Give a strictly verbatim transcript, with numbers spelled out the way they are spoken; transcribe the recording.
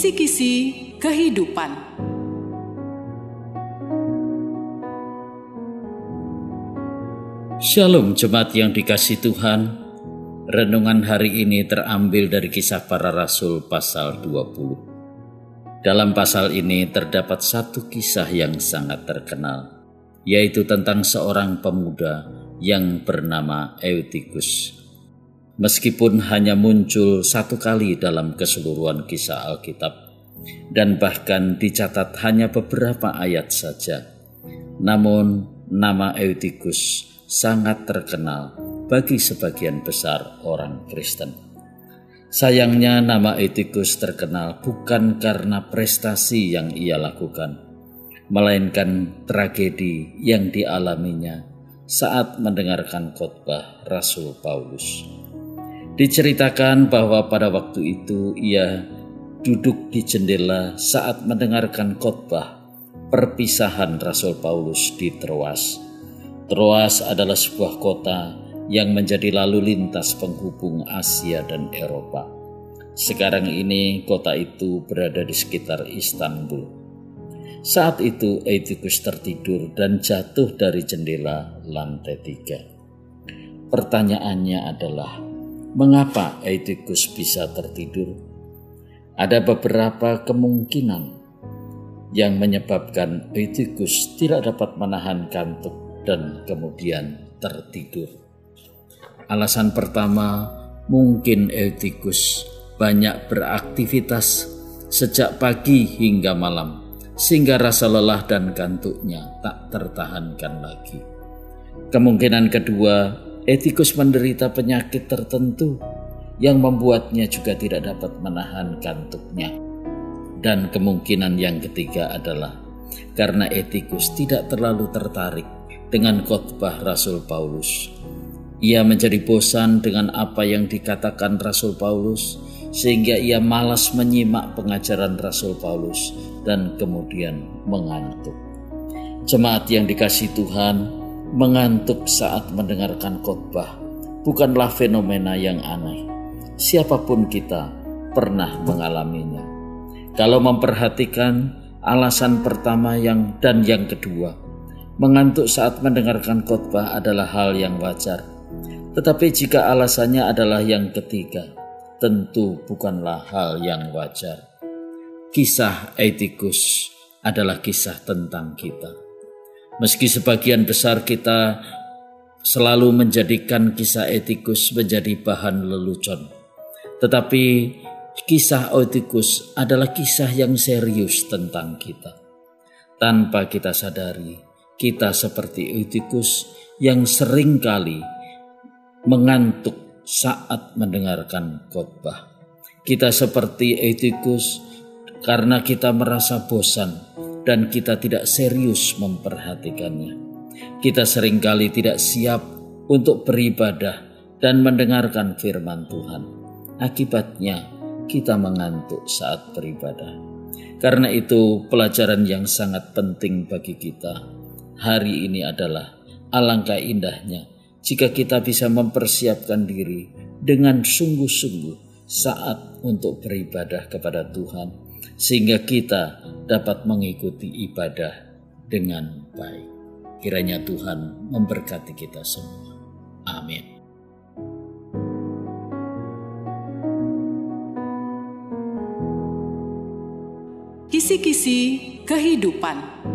Kisi-kisi kehidupan. Shalom jemaat yang dikasihi Tuhan. Renungan hari ini terambil dari Kisah Para Rasul pasal dua puluh. Dalam pasal ini terdapat satu kisah yang sangat terkenal, yaitu tentang seorang pemuda yang bernama Eutikus. Meskipun hanya muncul satu kali dalam keseluruhan kisah Alkitab, dan bahkan dicatat hanya beberapa ayat saja, namun nama Eutikus sangat terkenal bagi sebagian besar orang Kristen. Sayangnya nama Eutikus terkenal bukan karena prestasi yang ia lakukan, melainkan tragedi yang dialaminya saat mendengarkan khotbah Rasul Paulus. Diceritakan bahwa pada waktu itu ia duduk di jendela saat mendengarkan khotbah perpisahan Rasul Paulus di Troas. Troas adalah sebuah kota yang menjadi lalu lintas penghubung Asia dan Eropa. Sekarang ini kota itu berada di sekitar Istanbul. Saat itu Eutikus tertidur dan jatuh dari jendela lantai tiga. Pertanyaannya adalah, mengapa Eutikus bisa tertidur? Ada beberapa kemungkinan yang menyebabkan Eutikus tidak dapat menahan kantuk dan kemudian tertidur. Alasan pertama, mungkin Eutikus banyak beraktivitas sejak pagi hingga malam, sehingga rasa lelah dan kantuknya tak tertahankan lagi. Kemungkinan kedua, Eutikus menderita penyakit tertentu yang membuatnya juga tidak dapat menahan kantuknya. Dan kemungkinan yang ketiga adalah karena Eutikus tidak terlalu tertarik dengan khotbah Rasul Paulus. Ia menjadi bosan dengan apa yang dikatakan Rasul Paulus, sehingga ia malas menyimak pengajaran Rasul Paulus dan kemudian mengantuk. Jemaat yang dikasihi Tuhan, mengantuk saat mendengarkan khotbah bukanlah fenomena yang aneh. Siapapun kita pernah mengalaminya. Kalau memperhatikan alasan pertama yang dan yang kedua, mengantuk saat mendengarkan khotbah adalah hal yang wajar. Tetapi jika alasannya adalah yang ketiga, tentu bukanlah hal yang wajar. Kisah Eutikus adalah kisah tentang kita. Meski sebagian besar kita selalu menjadikan kisah Eutikus menjadi bahan lelucon, tetapi kisah Eutikus adalah kisah yang serius tentang kita. Tanpa kita sadari, kita seperti Eutikus yang seringkali mengantuk saat mendengarkan khotbah. Kita seperti Eutikus karena kita merasa bosan dan kita tidak serius memperhatikannya. Kita seringkali tidak siap untuk beribadah dan mendengarkan firman Tuhan. Akibatnya kita mengantuk saat beribadah. Karena itu pelajaran yang sangat penting bagi kita hari ini adalah alangkah indahnya jika kita bisa mempersiapkan diri dengan sungguh-sungguh saat untuk beribadah kepada Tuhan, sehingga kita dapat mengikuti ibadah dengan baik. Kiranya Tuhan memberkati kita semua. Amin. Kisi-kisi kehidupan.